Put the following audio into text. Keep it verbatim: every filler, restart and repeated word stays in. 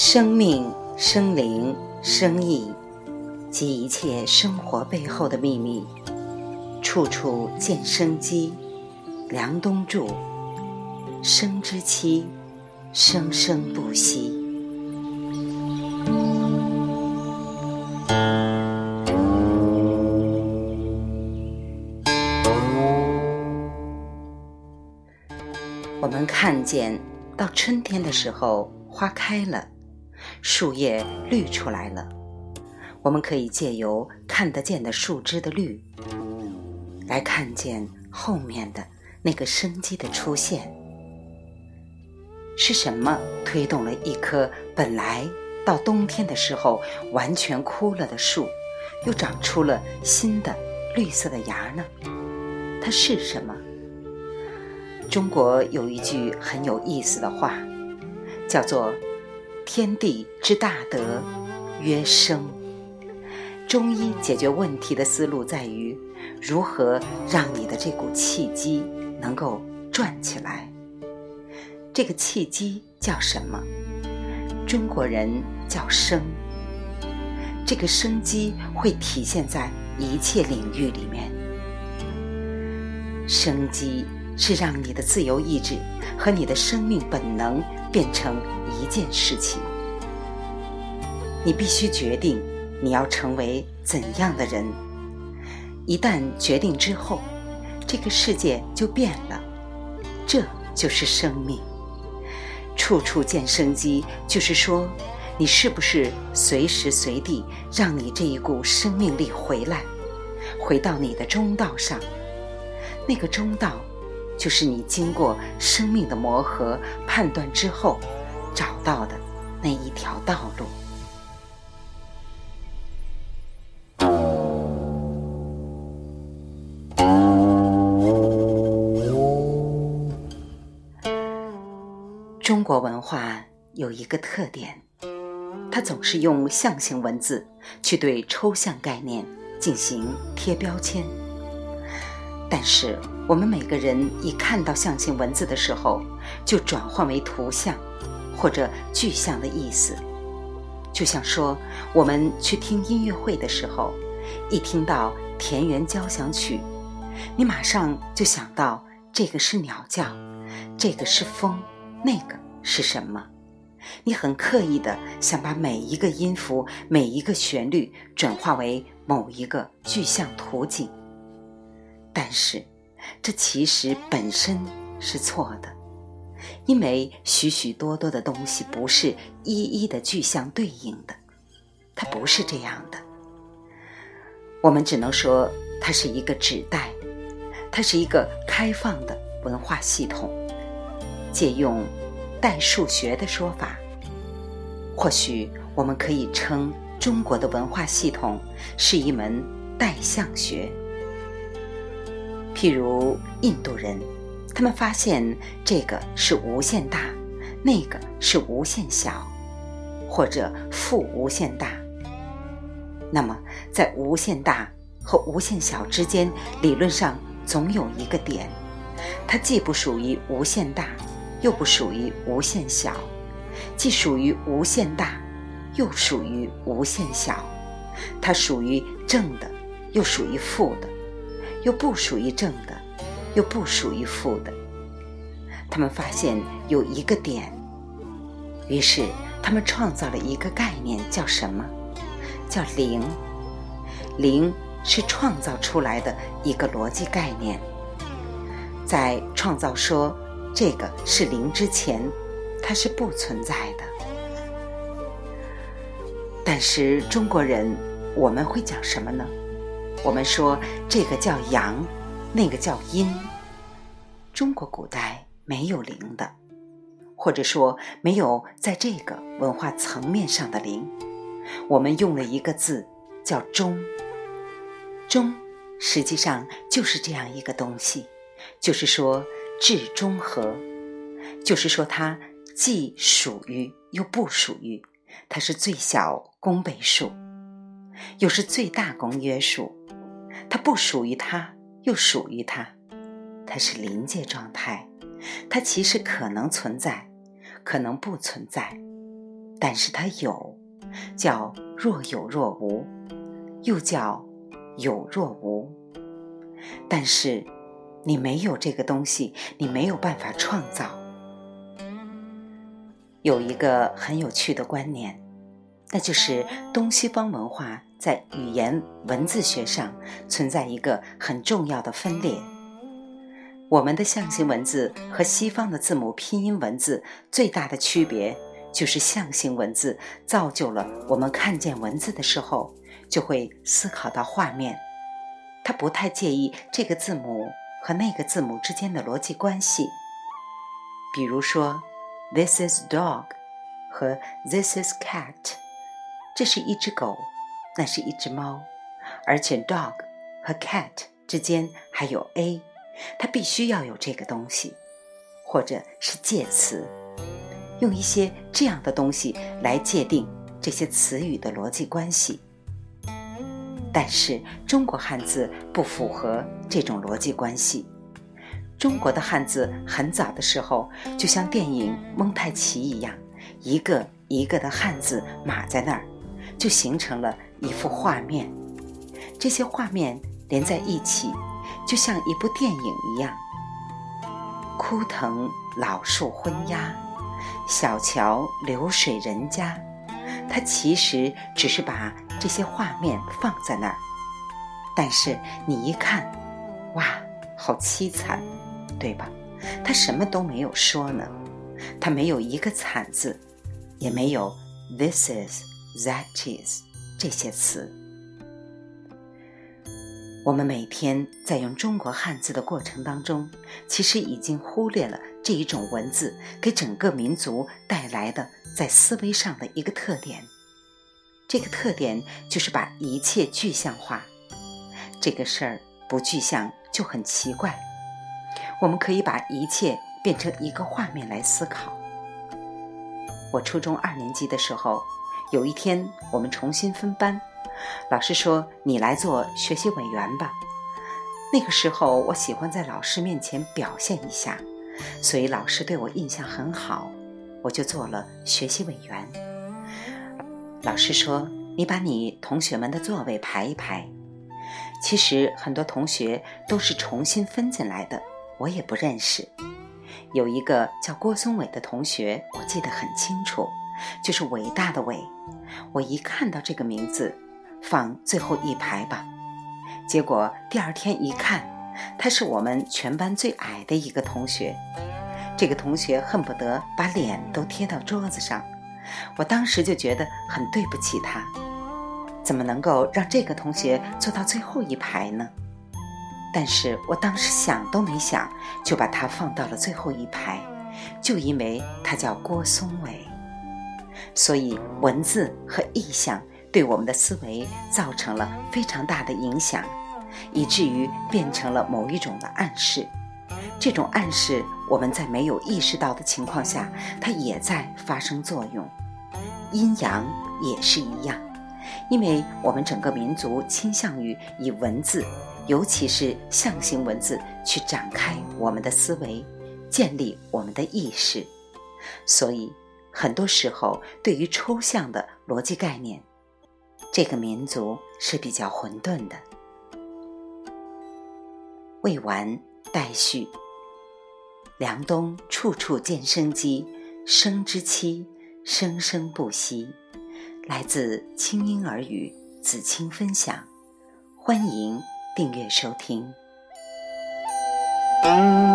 生命、生灵、生意及一切生活背后的秘密，处处见生机。梁冬著，生之期，生生不息。我们看见到春天的时候，花开了，树叶绿出来了。我们可以借由看得见的树枝的绿，来看见后面的那个生机的出现。是什么推动了一棵本来到冬天的时候完全枯了的树，又长出了新的绿色的芽呢？它是什么？中国有一句很有意思的话，叫做天地之大德曰生。中医解决问题的思路在于如何让你的这股气机能够转起来。这个气机叫什么？中国人叫生。这个生机会体现在一切领域里面。生机是让你的自由意志和你的生命本能变成一件事情。你必须决定你要成为怎样的人。一旦决定之后，这个世界就变了。这就是生命。处处见生机，就是说你是不是随时随地让你这一股生命力回来，回到你的中道上。那个中道就是你经过生命的磨合判断之后找到的那一条道路。中国文化有一个特点，它总是用象形文字去对抽象概念进行贴标签。但是我们每个人一看到象形文字的时候，就转换为图像或者具象的意思。就像说我们去听音乐会的时候，一听到田园交响曲，你马上就想到这个是鸟叫，这个是风，那个是什么？你很刻意地想把每一个音符、每一个旋律转化为某一个具象图景。但是这其实本身是错的，因为许许多多的东西不是一一的具象对应的，它不是这样的。我们只能说它是一个指代，它是一个开放的文化系统。借用代数学的说法，或许我们可以称中国的文化系统是一门代象学。譬如印度人，他们发现这个是无限大，那个是无限小，或者负无限大。那么在无限大和无限小之间，理论上总有一个点，它既不属于无限大，又不属于无限小，既属于无限大，又属于无限小。它属于正的，又属于负的，又不属于正的，又不属于负的。他们发现有一个点，于是他们创造了一个概念，叫什么？叫零。零是创造出来的一个逻辑概念。在创造说这个是零之前，它是不存在的。但是中国人，我们会讲什么呢？我们说这个叫阳，那个叫阴。中国古代没有零的，或者说没有在这个文化层面上的零。我们用了一个字叫中。中实际上就是这样一个东西，就是说至中和，就是说它既属于又不属于，它是最小公倍数，又是最大公约数。它不属于它，又属于它，它是临界状态。它其实可能存在，可能不存在， 但是它有，叫若有若无，又叫有若无。但是你没有这个东西，你没有办法创造。有一个很有趣的观念，那就是东西方文化在语言文字学上存在一个很重要的分裂。我们的象形文字和西方的字母拼音文字最大的区别，就是象形文字造就了我们看见文字的时候就会思考到画面，它不太介意这个字母和那个字母之间的逻辑关系。比如说 This is dog 和 This is cat， 这是一只狗，那是一只猫，而且 dog 和 cat 之间还有 a， 它必须要有这个东西，或者是介词，用一些这样的东西来界定这些词语的逻辑关系。但是中国汉字不符合这种逻辑关系。中国的汉字很早的时候就像电影《蒙太奇》一样，一个一个的汉字码在那儿，就形成了一幅画面。这些画面连在一起，就像一部电影一样。枯藤老树昏鸦，小桥流水人家，它其实只是把这些画面放在那儿，但是你一看，哇，好凄惨，对吧？他什么都没有说呢，他没有一个惨字，也没有 this is that is 这些词。我们每天在用中国汉字的过程当中，其实已经忽略了这一种文字给整个民族带来的在思维上的一个特点。这个特点就是把一切具象化。这个事儿不具象就很奇怪。我们可以把一切变成一个画面来思考。我初中二年级的时候，有一天我们重新分班，老师说你来做学习委员吧。那个时候我喜欢在老师面前表现一下，所以老师对我印象很好，我就做了学习委员。老师说你把你同学们的座位排一排。其实很多同学都是重新分进来的，我也不认识。有一个叫郭松伟的同学，我记得很清楚，就是伟大的伟。我一看到这个名字，放最后一排吧。结果第二天一看，他是我们全班最矮的一个同学。这个同学恨不得把脸都贴到桌子上，我当时就觉得很对不起他，怎么能够让这个同学坐到最后一排呢？但是我当时想都没想，就把他放到了最后一排，就因为他叫郭松伟。所以文字和意象对我们的思维造成了非常大的影响，以至于变成了某一种的暗示。这种暗示我们在没有意识到的情况下，它也在发生作用。阴阳也是一样，因为我们整个民族倾向于以文字，尤其是象形文字去展开我们的思维，建立我们的意识。所以很多时候对于抽象的逻辑概念，这个民族是比较混沌的。未完待续。凉冬处处见生机，生之期，生生不息。来自清音儿语子清分享，欢迎订阅收听。